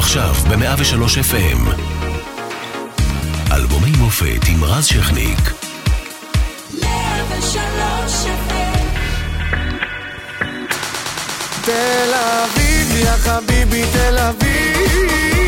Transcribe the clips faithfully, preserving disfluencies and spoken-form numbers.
עכשיו ב-מאה ושלוש אף אם. אלבומי מופת עם רז שכניק. מאה ושלוש אף אם. תל אביב, יא חביבי, תל אביב.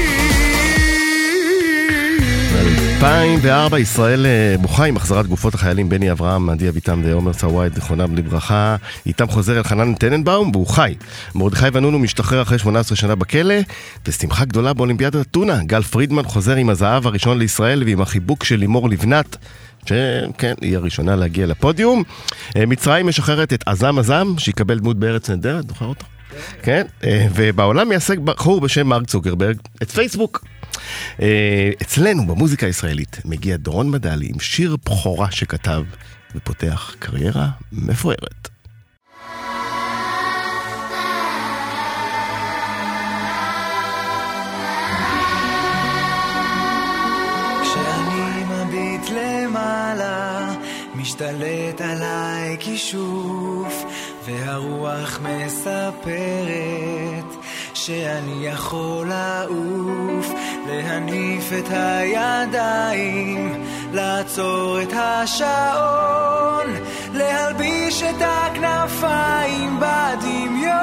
אלפיים וארבע ישראל בוכה עם החזרת גופות החיילים בני אברהם, עדי אביטם ועומר סוואי, זכרונם לברכה. איתם חוזר אל חנן טננבאום והוא חי. מרדכי ונונו משתחרר אחרי שמונה עשרה שנה בכלא, ושמחה גדולה באולימפיאדת אתונה. גל פרידמן חוזר עם הזהב הראשון לישראל ועם החיבוק של לימור לבנת, שכן, היא הראשונה להגיע לפודיום. מצרים משחררת את עזם עזם, שיקבל דמות בארץ נהדרת, זוכר אותו? כן, ובעולם יעסק בחור בשם מרק צוקרברג את פייסבוק. אצלנו במוזיקה הישראלית מגיע דורון מדלי עם שיר בכורה שכתב ופותח קריירה מפוארת. כשאני מביט למעלה משתלט עליי כישוף והרוח מספרת שאני יכול לעוף, להניף את הידיים, לעצור את השעון, להלביש את הכנפיים בדמיון.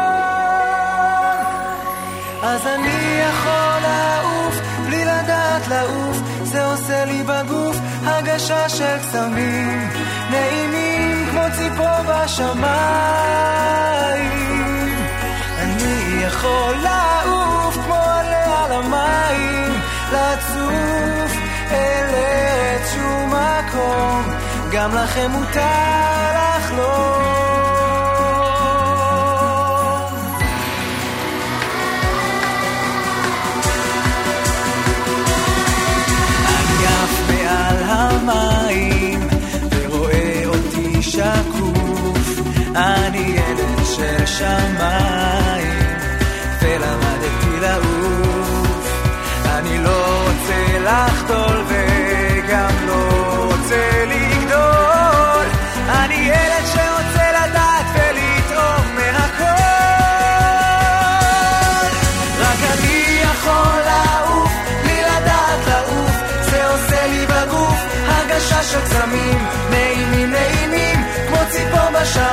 אז אני יכול לעוף בלי לדעת לעוף, זה עושה לי בגוף הגשה של קסמים נעימים כמו ציפור בשמיים. אני יכול לעוף כמו עלה על המים, לצוף אל ארץ שום מקום, גם לכם מותר לחלום. אני עף מעל המים ורואה אותי שקוף, אני ילד של שמיים ולמדתי לעוף. אני לא רוצה לחדול וגם לא רוצה לגדול, אני ילד שרוצה לדעת ולטעום מהכל. רק אני יכול לעוף בלי לדעת לעוף, זה עושה לי בגוף הרגשה של קסמים נעימים נעימים כמו ציפור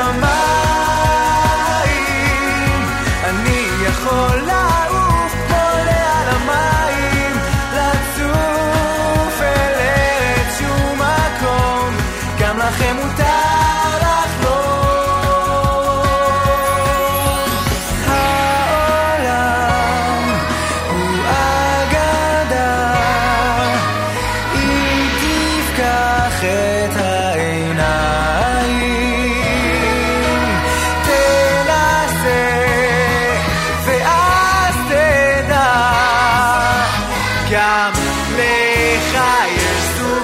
בשמיים. אני יכול לעוף כמו עלה על המים, לצוף אל ארץ שום מקום, גם לכם מותר לחלום. העולם הוא אגדה, אם תפקח את העיניים, תנסה ואז תדע, גם לך יש זוג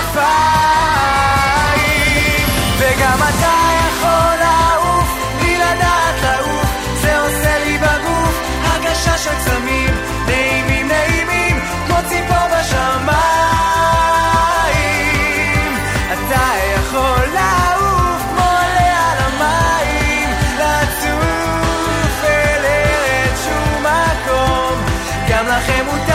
כנפיים, וגם אתה יכול לעוף בלי לדעת לעוף, זה עושה לי בגוף הרגשה של קסמים נעימים נעימים כמו ציפור בשמיים. אתה יכול לעוף כמו עלה על המים, לצוף אל ארץ שום מקום, גם לכם מותר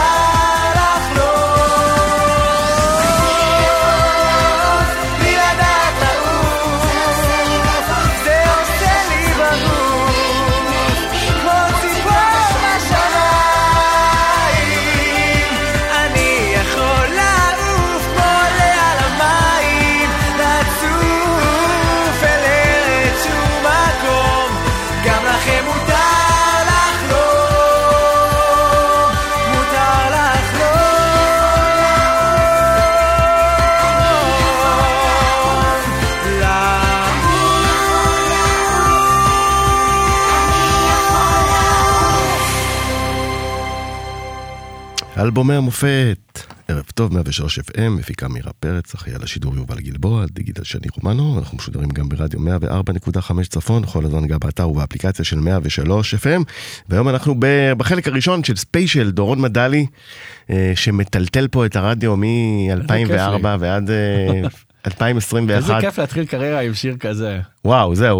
אלבומי המופת. ערב טוב, מאה ושלוש אף אם, מפיקה מירה פרץ, אחראי על השידור יובל גלבוע, דיגיטל שני רומנו. אנחנו משודרים גם ברדיו מאה וארבע נקודה חמש צפון, כל הזמן גם באתר ובאפליקציה של מאה ושלוש אף אם. והיום אנחנו בחלק הראשון של ספיישל דורון מדלי, שמטלטל פה את הרדיו מ-אלפיים וארבע ועד אלפיים עשרים ואחת. איזה כיף להתחיל קריירה עם שיר כזה. וואו, זהו. אז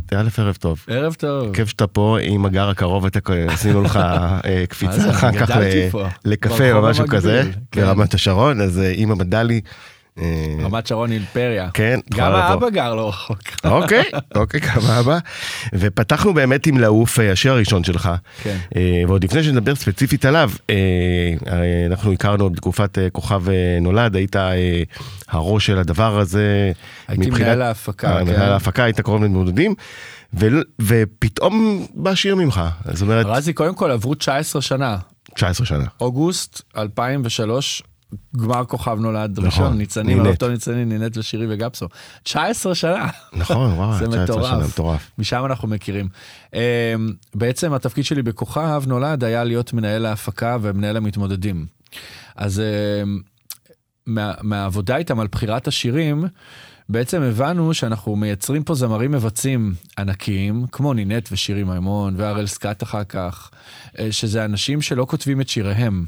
א' ערב טוב. ערב טוב. כיף שאתה פה עם הגר הקרוב, עשינו לך קפיצה אחר כך לקפה או משהו כזה, ברמת השרון, אז אמא מדלי. רמת שרון אימפריה. כן. גם האבא גר לא רחוק. אוקיי, אוקיי, גם האבא. ופתחנו באמת עם לעוף, השיר הראשון שלך. כן. ועוד לפני שנדבר ספציפית עליו, אנחנו הכרנו בתקופת כוכב נולד, היית הראש של הדבר הזה. הייתי מנהל ההפקה. מנהל ההפקה, היית קרוב למתמודדים. ופתאום בא שיר ממך. זאת אומרת... רזי, קודם כל עברו תשע עשרה שנה. תשע עשרה שנה. אוגוסט אלפיים ושלוש, גמר כוכב נולד ראשון, ניצנים, על אותו ניצנים, נינת ושירי וגפסו. תשע עשרה שנה. נכון, וואו, זה מטורף. משם אנחנו מכירים. בעצם התפקיד שלי בכוכב נולד היה להיות מנהל ההפקה ומנהל המתמודדים. אז מהעבודה איתם על בחירת השירים, בעצם הבנו שאנחנו מייצרים פה זמרים מבצעים ענקיים, כמו נינת ושירי מימון, והראל סקאט אחר כך, שזה אנשים שלא כותבים את שיריהם.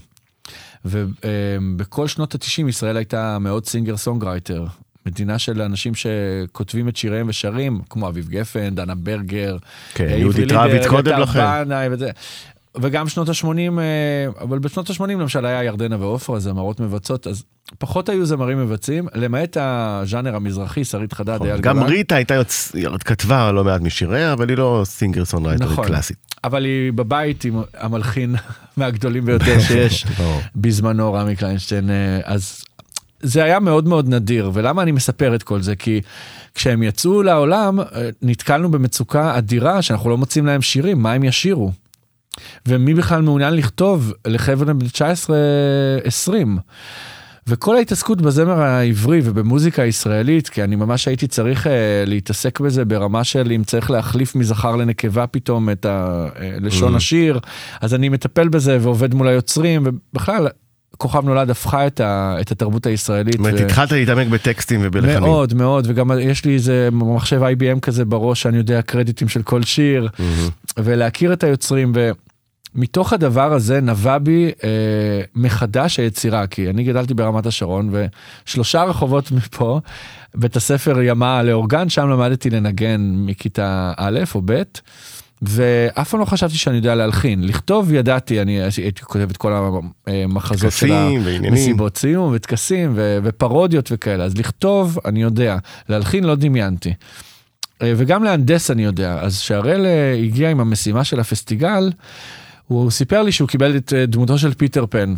ובכל שנות ה-תשעים ישראל הייתה מאוד סינגר סונגרייטר, מדינה של אנשים שכותבים את שיריהם ושרים, כמו אביב גפן, דנה ברגר, יהודית רביץ קודם לכם. וגם שנות ה-שמונים, אבל בשנות ה-שמונים למשל היה ירדנה ועופרה, זמרות מבצעות, אז פחות היו זמרים מבצעים, למעט הז'אנר המזרחי, שרית חדד, אייל גולן. גם ריטה הייתה כתבה לא מעט משיריה, אבל היא לא סינגר סונגרייטר קלאסית. אבל היא בבית עם המלחין מהגדולים ביותר שיש בזמנו, רמי קליינשטיין, אז זה היה מאוד מאוד נדיר, ולמה אני מספר את כל זה? כי כשהם יצאו לעולם, נתקלנו במצוקה אדירה, שאנחנו לא מוצאים להם שירים, מה הם ישירו? ומי בכלל מעוניין לכתוב לחבר'ה ב-תשע עשרה עשרים? וכל ההתעסקות בזמר העברי ובמוזיקה הישראלית, כי אני ממש הייתי צריך uh, להתעסק בזה ברמה של אם צריך להחליף מזכר לנקבה פתאום את לשון השיר, אז אני מטפל בזה ועובד מול היוצרים, ובכלל כוכב נולד הפכה את, ה, את התרבות הישראלית. זאת אומרת, התחלת להתעמק בטקסטים ובלחנים. מאוד, מאוד, וגם יש לי איזה מחשב איי בי אם כזה בראש, שאני יודע קרדיטים של כל שיר, ולהכיר את היוצרים, ו... מתוך הדבר הזה נבע בי אה, מחדש היצירה, כי אני גדלתי ברמת השרון, ושלושה רחובות מפה, בית הספר ימה לאורגן, שם למדתי לנגן מכיתה א' או ב', ואף פעם לא חשבתי שאני יודע להלחין. לכתוב ידעתי, אני הייתי כותב את כל המחזות של המסיבות סיום, ותקסים, ו- ופרודיות וכאלה, אז לכתוב אני יודע, להלחין לא דמיינתי. וגם להנדס אני יודע, אז שהראל הגיע עם המשימה של הפסטיגל, הוא סיפר לי שהוא קיבל את דמותו של פיטר פן,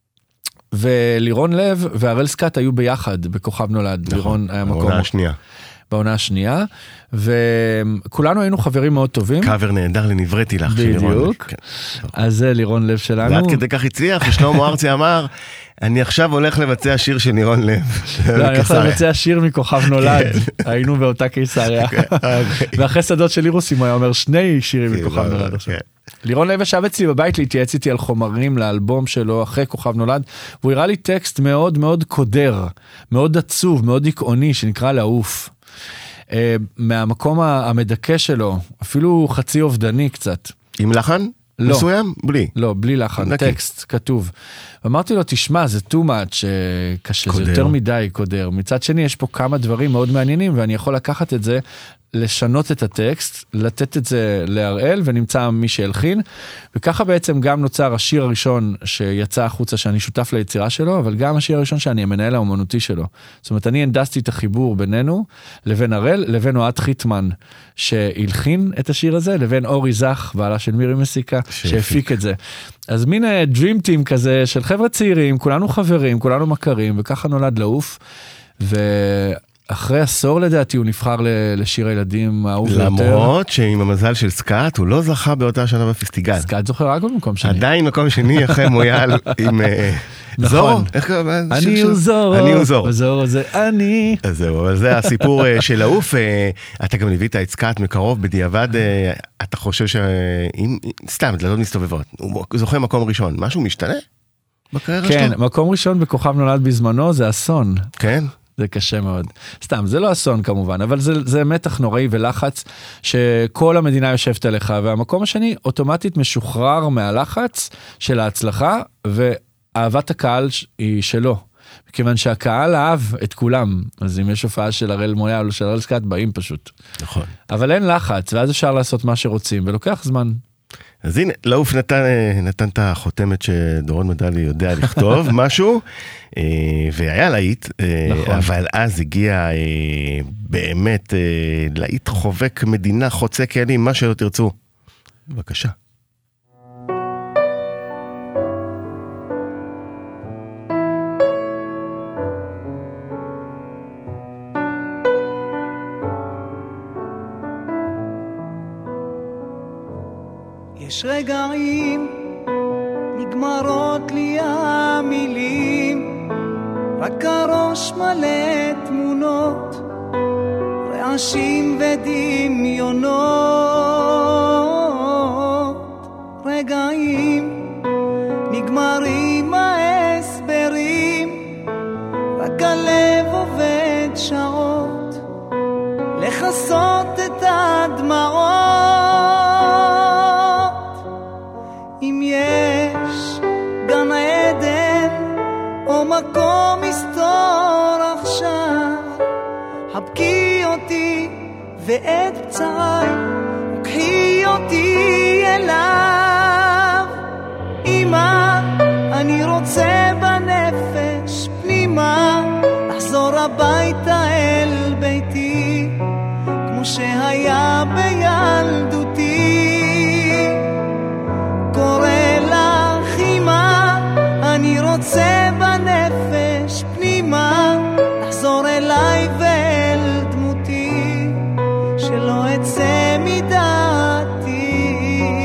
ולירון לב והראל סקאט היו ביחד בכוכב נולד. לירון היה מקום. בעונה השנייה. בעונה השנייה, וכולנו היינו חברים מאוד טובים. קאבר נהדר לנבראתי לך. בדיוק. אז זה לירון לב שלנו. ועד כדי כך הצליח, ושלמה ארצי אמר, אני עכשיו הולך לבצע שיר של לירון לב. לא, אני יכול לבצע שיר מכוכב נולד. היינו באותה קיסריה. ואחרי שדות של אירוסים הוא היה אומר שני שירים מכוכב נולד. לירון לב ישב אצלי בבית להתייעץ איתי על חומרים לאלבום שלו אחרי כוכב נולד, והוא הראה לי טקסט מאוד מאוד קודר, מאוד עצוב, מאוד דיכאוני, שנקרא לעוף. מהמקום המדכא שלו, אפילו חצי אובדני קצת. עם לחן? לא. מסוים? בלי? לא, בלי לחן, טקסט, כתוב. ואמרתי לו, תשמע, זה too much, קשה, זה יותר מדי קודר. מצד שני, יש פה כמה דברים מאוד מעניינים, ואני יכול לקחת את זה, לשנות את הטקסט, לתת את זה להראל, ונמצא מי שהלחין, וככה בעצם גם נוצר השיר הראשון שיצא החוצה, שאני שותף ליצירה שלו, אבל גם השיר הראשון שאני המנהל האומנותי שלו. זאת אומרת, אני הנדסתי את החיבור בינינו, לבין הראל, לבין אוהד חיטמן, שהלחין את השיר הזה, לבין אורי זך, בעלה של מירי מסיקה, שהפיק את זה. אז מין דרים טים כזה, של חבר'ה צעירים, כולנו חברים, כולנו מכרים, וככה נולד לעוף, ו... אחרי עשור לדעתי הוא נבחר לשיר הילדים האהוב יותר. למרות שעם המזל של סקאט הוא לא זכה באותה שנה בפסטיגל. סקאט זוכר רק במקום שני. עדיין מקום שני אחרי מויאל עם זורו. אני הוא זורו. אני הוא זורו. זורו זה אני. אז זהו, אבל זה הסיפור של לעוף. אתה גם ליווית את סקאט מקרוב בדיעבד. אתה חושב שאם, סתם, דלתות מסתובבות, הוא זוכה מקום ראשון. משהו משתנה בקריירה שלו? כן, מקום ראשון בכוכב נולד בזמנו זה אסון. כן. זה קשה מאוד. סתם, זה לא אסון כמובן, אבל זה, זה מתח נוראי ולחץ שכל המדינה יושבת עליך, והמקום השני אוטומטית משוחרר מהלחץ של ההצלחה, ואהבת הקהל היא שלו. מכיוון שהקהל אהב את כולם, אז אם יש הופעה של הראל מויאל או של הראל סקאט, באים פשוט. נכון. אבל אין לחץ, ואז אפשר לעשות מה שרוצים, ולוקח זמן. אז הנה, לעוף נתן, נתן את החותמת שדורון מדלי יודע לכתוב משהו, והיה להיט, נכון. אבל אז הגיע באמת להיט חובק מדינה, חוצה קהלים, מה שלא תרצו. בבקשה. יש רגעים, נגמרות לי המילים, רק הראש מלא תמונות, רעשים ודמיונות. רגעים, נגמרים ההסברים, רק הלב עובד שעות, לחסות את הדמעות. אם יש גן העדן או מקום מסתור עכשיו, חבקי אותי ואת פצעי, וקחי אותי אליו. אמא, אני רוצה בנפש פנימה, לחזור הביתה אל ביתי, כמו שהיה בילדותי. קורא לך אמא, אני רוצה בנפש פנימה, לחזור אליי ואל דמותי, שלא אצא מדעתי.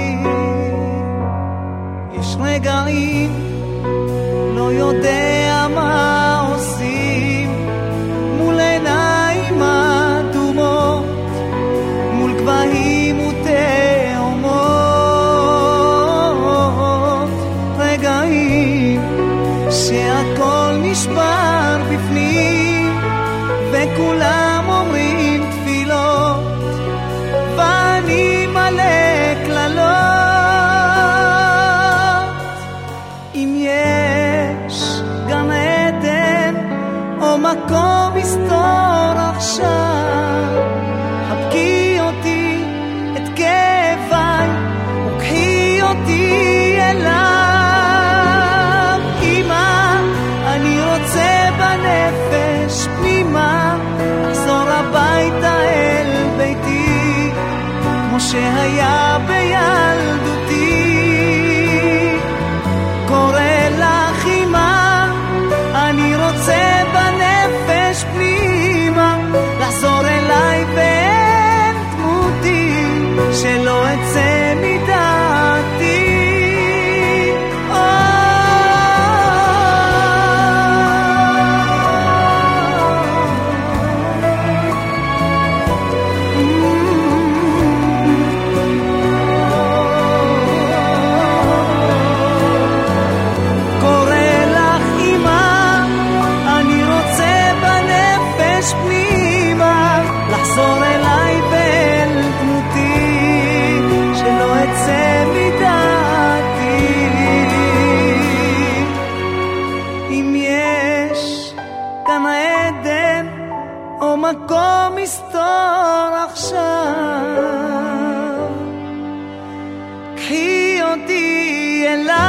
יש רגעים, לא יודע מה עושים, מול עיניים אדומות, מול גבהים ותאומות. שהכל נשבר בפנים, וכולם אומרים תפילות, ואני מלא כללות. אם יש גן עדן או מקום מסתור עכשיו, חבקי אותי את כאביי, וקחי אותי אליי. בנפש פנימה, לחזור הביתה אל ביתי, כמו שהיה בילדותי. קורא לך אמא, אני רוצה בנפש פנימה, לחזור אליי ואל דמותי, שלא אצא מדעתי. מקום מסתור עכשיו, קחי אותי אליו.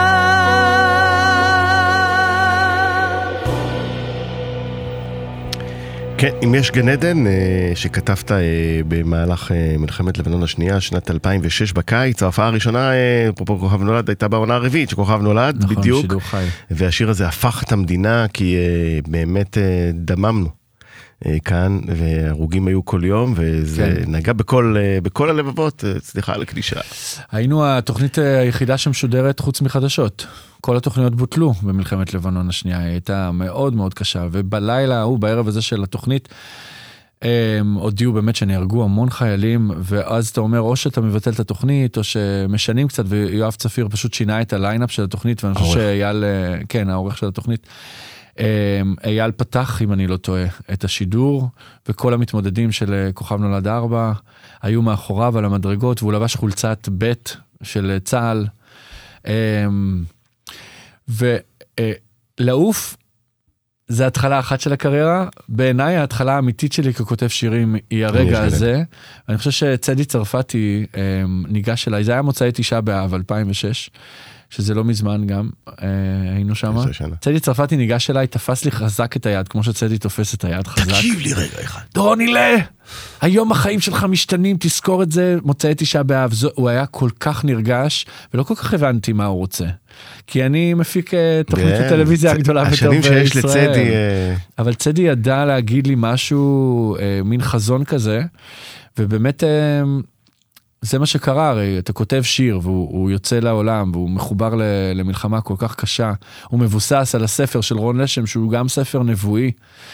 כן, אם יש גן עדן שכתבת במהלך מלחמת לבנון השנייה, שנת אלפיים ושש בקיץ, ההופעה הראשונה, אפרופו כוכב נולד, הייתה בעונה הרביעית שכוכב נולד, נכון, בדיוק. שידור חי. והשיר הזה הפך את המדינה, כי באמת דממנו כאן, והרוגים היו כל יום, וזה כן. נגע בכל, בכל הלבבות, סליחה על הקדישה. היינו התוכנית היחידה שמשודרת חוץ מחדשות. כל התוכניות בוטלו במלחמת לבנון השנייה, היא הייתה מאוד מאוד קשה, ובלילה ההוא, בערב הזה של התוכנית, הם הודיעו באמת שנהרגו המון חיילים, ואז אתה אומר, או שאתה מבטל את התוכנית, או שמשנים קצת, ויואב צפיר פשוט שינה את הליינאפ של התוכנית, ואני חושב שאייל, כן, העורך של התוכנית, אייל פתח, אם אני לא טועה, את השידור, וכל המתמודדים של כוכב נולד ארבע, היו מאחוריו על המדרגות, והוא לבש חולצת בית של צהל, ולעוף זה התחלה אחת של הקריירה, בעיניי ההתחלה האמיתית שלי ככותב שירים היא הרגע הזה, אני חושב שצדי צרפתי ניגש אליי, זה היה מוצאי תשעה באב אלפיים ושש, שזה לא מזמן גם, היינו שם, צדי צרפתי ניגש אליי, תפס לי חזק את היד, כמו שצדי תופס את היד חזק. תקשיב לי רגע אחד. דורון הילה, היום החיים שלך משתנים, תזכור את זה, מוצאי תשעה באב, הוא היה כל כך נרגש, ולא כל כך הבנתי מה הוא רוצה. כי אני מפיק תוכנית הטלוויזיה הגדולה ביותר בישראל. השנים שיש לצדי... אבל צדי ידע להגיד לי משהו, מין חזון כזה, ובאמת זה מה שקרה, הרי אתה כותב שיר, והוא יוצא לעולם, והוא מחובר למלחמה כל כך קשה, הוא מבוסס על הספר של רון לשם, שהוא גם ספר נבואי,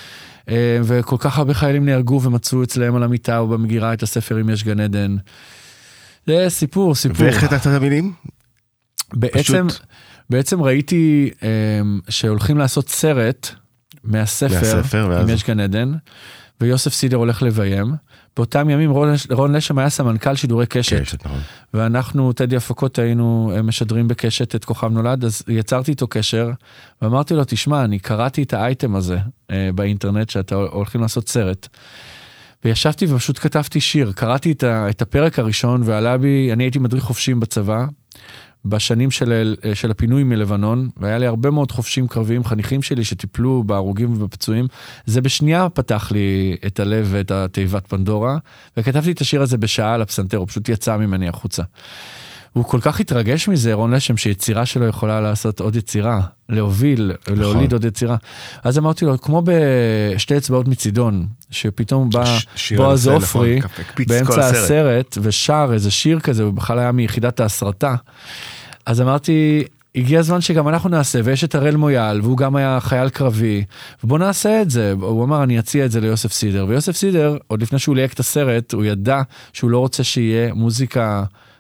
וכל כך הרבה חיילים נהרגו ומצאו אצלהם על המיטה או במגירה את הספר אם יש גן עדן. זה סיפור, סיפור. ואיך אתה את המילים? בעצם, בעצם ראיתי שהולכים לעשות סרט מהספר, מהספר אם יש גן עדן, ויוסף סידר הולך לביים. באותם ימים רון לשם היה סמנכ"ל שידורי קשת, קשת נכון. ואנחנו, טדי הפקות, היינו משדרים בקשת את כוכב נולד, אז יצרתי איתו קשר, ואמרתי לו, תשמע, אני קראתי את האייטם הזה אה, באינטרנט, שאתה הולכים לעשות סרט, וישבתי ופשוט כתבתי שיר, קראתי את, ה, את הפרק הראשון, ועלה בי, אני הייתי מדריך חופשים בצבא, בשנים של, של הפינוי מלבנון, והיה לי הרבה מאוד חופשים קרביים, חניכים שלי שטיפלו בהרוגים ובפצועים, זה בשנייה פתח לי את הלב ואת התיבת פנדורה, וכתבתי את השיר הזה בשעה על הפסנתר, הוא פשוט יצא ממני החוצה. הוא כל כך התרגש מזה, רון לשם, שיצירה שלו יכולה לעשות עוד יצירה, להוביל, נכון. להוליד עוד יצירה. אז אמרתי לו, כמו בשתי אצבעות מצידון, שפתאום בא בועז עופרי, באמצע הסרט, ושר איזה שיר כזה, הוא בכלל היה מיחידת ההסרטה. אז אמרתי, הגיע הזמן שגם אנחנו נעשה, ויש את הראל מויאל, והוא גם היה חייל קרבי, ובוא נעשה את זה. הוא אמר, אני אציע את זה ליוסף סידר, ויוסף סידר, עוד לפני שהוא ליהק את הסרט, הוא ידע שהוא לא רוצה שיהיה מוזיקה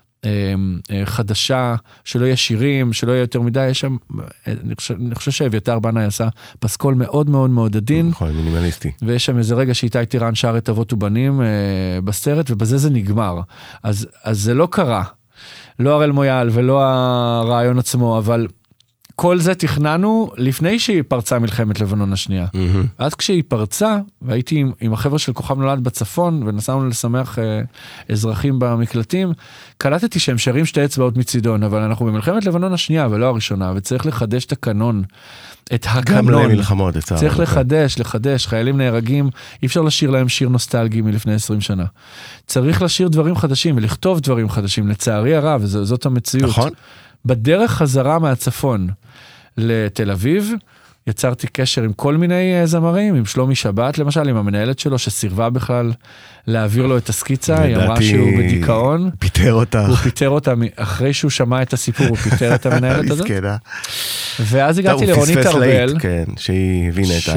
חדשה, שלא יהיה שירים, שלא יהיה יותר מדי, יש שם, אני חושב, אני חושב שאביתר בנאי עשה פסקול מאוד מאוד מאוד עדין, נכון, מינימליסטי. ויש שם איזה רגע שאיתי טירן שר את אבות ובנים אה, בסרט, ובזה זה נגמר. אז, אז זה לא קרה. לא הראל מויאל ולא הרעיון עצמו, אבל כל זה תכננו לפני שהיא פרצה מלחמת לבנון השנייה. Mm-hmm. אז כשהיא פרצה, והייתי עם, עם החבר'ה של כוכב נולד בצפון, ונסענו לשמח אה, אזרחים במקלטים, קלטתי שהם שרים שתי אצבעות מצידון, אבל אנחנו במלחמת לבנון השנייה, ולא הראשונה, וצריך לחדש את הקנון, את הקנון. גם למלחמות, צריך לחדש, לחדש, חיילים נהרגים, אי אפשר לשיר להם שיר נוסטלגי מלפני עשרים שנה. צריך לשיר דברים חדשים, ולכתוב דברים חדשים, לצערי הרב, וזאת המציאות. נכון. בדרך חזרה מהצפון לתל אביב, יצרתי קשר עם כל מיני זמרים, עם שלומי שבת למשל, עם המנהלת שלו, שסירבה בכלל להעביר לו את הסקיצה, היא אמרה שהוא בדיכאון. פיטר אותה. הוא פיטר אותה, אחרי שהוא שמע את הסיפור, הוא פיטר את המנהלת הזאת. ואז הגעתי לרונית ארבל, כן, שהיא הבינה את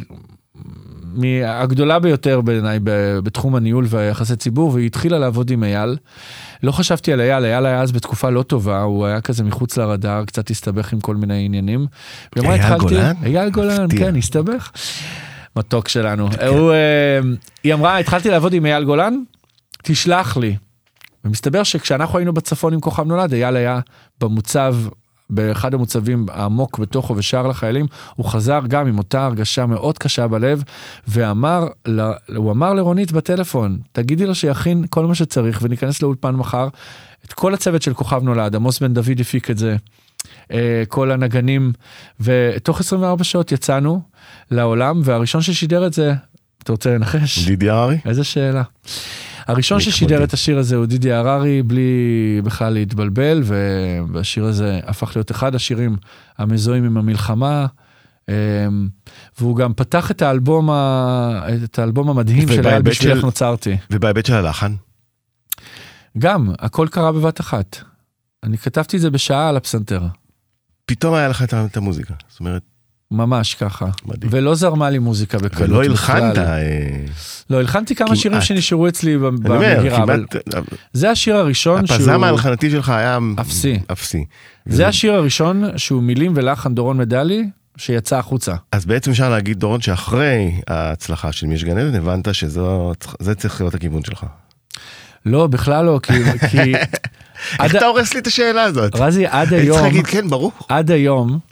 ה... הגדולה ביותר בעיניי בתחום הניהול והיחסי ציבור, והיא התחילה לעבוד עם אייל. לא חשבתי על אייל, אייל היה אז בתקופה לא טובה, הוא היה כזה מחוץ לרדאר, קצת הסתבך עם כל מיני עניינים. אייל גולן? אייל גולן, כן, הסתבך. מתוק שלנו. היא אמרה, התחלתי לעבוד עם אייל גולן, תשלח לי. ומסתבר שכשאנחנו היינו בצפון עם כוכב נולד, אייל היה במוצב, באחד המוצבים העמוק בתוכו ושר לחיילים, הוא חזר גם עם אותה הרגשה מאוד קשה בלב, ואמר, הוא אמר לרונית בטלפון, תגידי לו שיכין כל מה שצריך, וניכנס לאולפן מחר, את כל הצוות של כוכב נולד, עמוס בן דוד הפיק את זה, כל הנגנים, ותוך עשרים וארבע שעות יצאנו לעולם, והראשון ששידר את זה, אתה רוצה לנחש? דידי הררי? איזה שאלה. הראשון ששידר את השיר הזה הוא דידי הררי, בלי בכלל להתבלבל, והשיר הזה הפך להיות אחד השירים המזוהים עם המלחמה, והוא גם פתח את האלבום, את האלבום המדהים של אייל בשבילך נוצרתי. ובהיבט של הלחן? גם, הכל קרה בבת אחת. אני כתבתי את זה בשעה על הפסנתר. פתאום היה לך את המוזיקה, זאת אומרת, ממש ככה. מדהים. ולא זרמה לי מוזיקה בקלות. ולא הלחנת. לא, הלחנתי כמה שירים שנשארו אצלי במגירה, אבל זה השיר הראשון שהוא... הפזם ההלחנתי שלך היה... אפסי. אפסי. זה השיר הראשון שהוא מילים ולחן דורון מדלי, שיצא החוצה. אז בעצם אפשר להגיד, דורון, שאחרי ההצלחה של מיש גן עדן, הבנת שזה צריך להיות הכיוון שלך. לא, בכלל לא, כי... איך אתה הורס לי את השאלה הזאת? רזי, עד היום... אני צריך להגיד, כן, ברור. עד היום...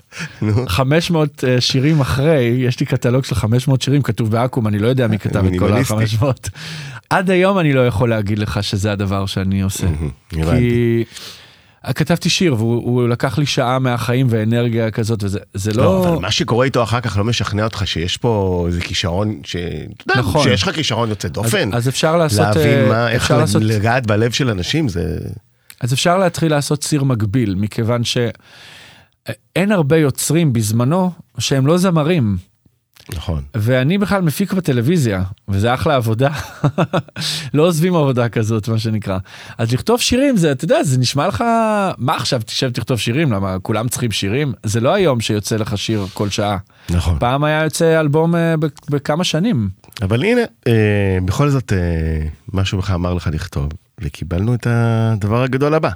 חמש מאות שירים אחרי, יש לי קטלוג של חמש מאות שירים, כתוב בעקום, אני לא יודע מי כתב את כל ה-חמש מאות. עד היום אני לא יכול להגיד לך שזה הדבר שאני עושה. כי כתבתי שיר, והוא לקח לי שעה מהחיים ואנרגיה כזאת, וזה לא... אבל מה שקורה איתו אחר כך לא משכנע אותך שיש פה איזה כישרון, שיש לך כישרון יוצא דופן. אז אפשר לעשות... להבין מה, איך לגעת בלב של אנשים, זה... אז אפשר להתחיל לעשות סיר מקביל, מכיוון שאין הרבה יוצרים בזמנו שהם לא זמרים. נכון. ואני בכלל מפיק בטלוויזיה, וזה אחלה עבודה. לא עוזבים עבודה כזאת, מה שנקרא. אז לכתוב שירים, זה, אתה יודע, זה נשמע לך, מה עכשיו תשב תכתוב שירים? למה כולם צריכים שירים? זה לא היום שיוצא לך שיר כל שעה. נכון. פעם היה יוצא אלבום אה, בכמה שנים. אבל הנה, אה, בכל זאת, אה, משהו בכלל אמר לך לכתוב, וקיבלנו את הדבר הגדול הבא.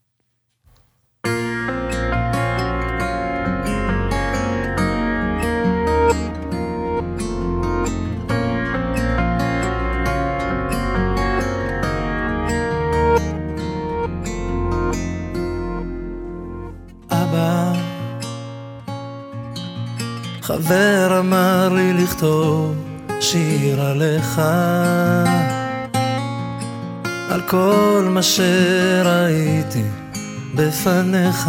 חבר אמר לי לכתוב שיר עליך, על כל מה שראיתי בפניך,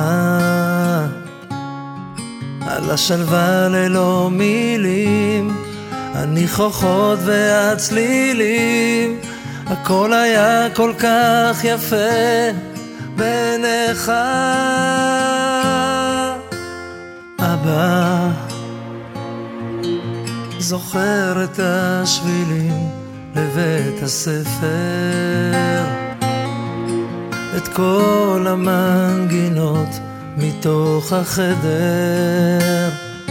על השלווה ללא מילים, הניחוחות והצלילים, הכל היה כל כך יפה בעיניך. אבא, זוכר את השבילים לבית הספר, את כל המנגינות מתוך החדר,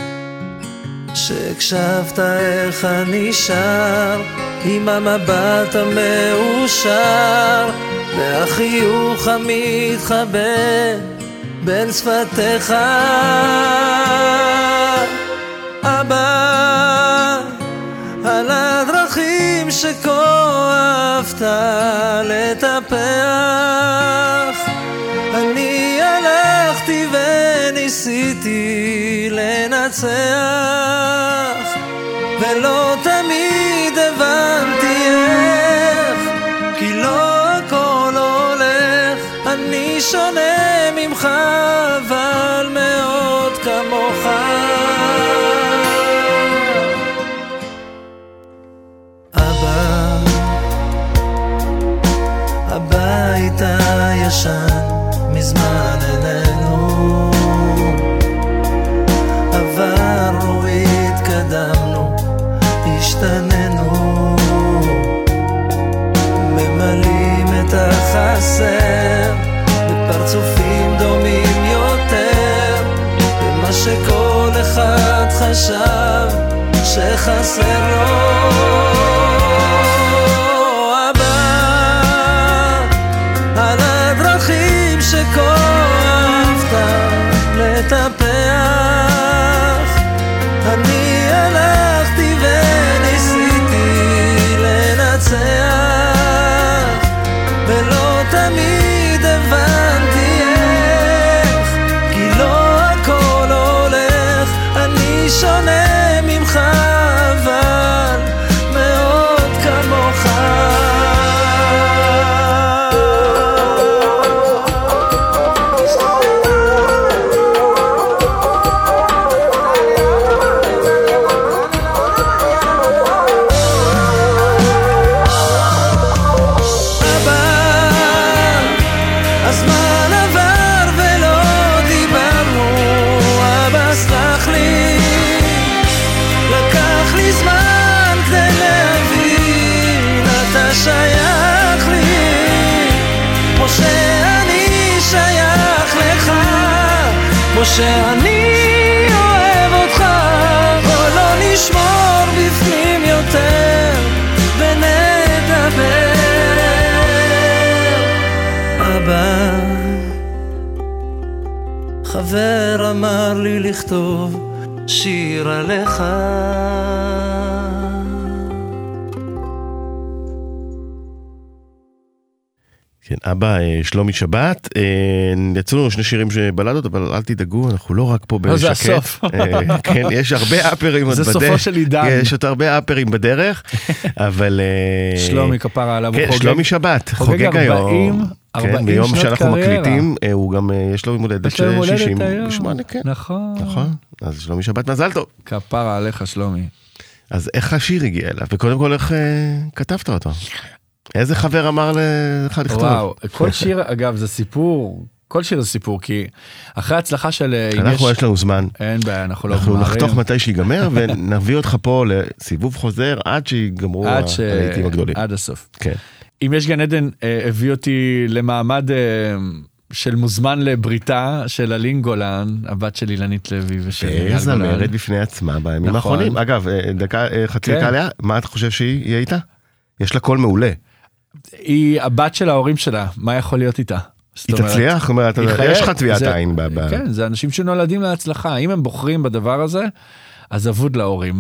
שהקשבת איך אני שר עם המבט המאושר והחיוך המתחבא בין שפתיך. אבא, על הדרכים שכה אהבת לטפח, אני הלכתי וניסיתי לנצח, ולא תמיד הבנתי איך, כי לא הכל הולך, אני שונה ממך אבל מאוד כמוך. הבית הישן מזמן איננו, עברנו, התקדמנו, השתננו, ממלאים את החסר בפרצופים דומים יותר, במה שכל אחד חשב שחסר לו. שכה אהבת לטפח, אני הלכתי וניסיתי לנצח, ולא תמיד הבנתי איך, כי לא הכל הולך, אני שונה ממך אבל מאוד כמוך. שאני אוהב אותך, בוא לא נשמור בפנים יותר ונדבר. אבא, חבר אמר לי לכתוב שיר עליך. כן, אבא שלומי שבת, יצאו לנו שני שירים שבלדות, אבל אל תדאגו, אנחנו לא רק פה בשקט. זה הסוף. כן, יש הרבה אפרים עוד בדרך. זה סופו של עידן. יש עוד הרבה אפרים בדרך, אבל... שלומי כפרה עליו, הוא כן, חוגג. שלומי שבת, חוגג היום. כן, ביום שאנחנו מקליטים, הוא גם, יש לו מולדת של שישים ושמונה, כן. נכון. נכון, אז שלומי שבת מזל טוב. כפרה עליך שלומי. אז איך השיר הגיע אליו, וקודם כל איך כתבת אותו? איזה חבר אמר לך לכתוב? וואו, כל שיר, אגב, זה סיפור, כל שיר זה סיפור, כי אחרי ההצלחה של... אנחנו יש לנו זמן. אין בעיה, אנחנו לא אנחנו נחתוך מתי שיגמר, ונביא אותך פה לסיבוב חוזר, עד שיגמרו הלהיטים הגדולים. עד הסוף. כן. אם יש גן עדן, הביא אותי למעמד של מוזמן לבריתה של אלין גולן, הבת של אילנית לוי ושל אייל גולן. זמרת בפני עצמה בימים האחרונים. אגב, דקה, חצי דקה עליה, מה אתה חושב שהיא הייתה? יש לה קול מעולה. היא הבת של ההורים שלה, מה יכול להיות איתה? היא תצליח? זאת אומרת, יש לך טביעת עין. כן, זה אנשים שנולדים להצלחה. אם הם בוחרים בדבר הזה, אז אבוד להורים.